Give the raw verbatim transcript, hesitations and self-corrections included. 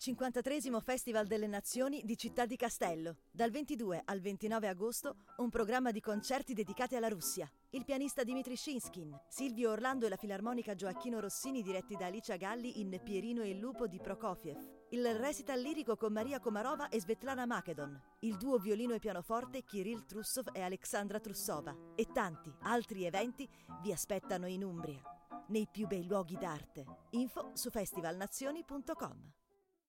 cinquantatreesimo Festival delle Nazioni di Città di Castello. Dal ventidue al ventinove agosto, un programma di concerti dedicati alla Russia. Il pianista Dmitry Shinskin, Silvio Orlando e la filarmonica Gioacchino Rossini diretti da Alicia Galli in Pierino e il lupo di Prokofiev. Il recital lirico con Maria Komarova e Svetlana Makedon. Il duo violino e pianoforte Kirill Trussov e Alexandra Trussova. E tanti altri eventi vi aspettano in Umbria, nei più bei luoghi d'arte. Info su festivalnazioni punto com.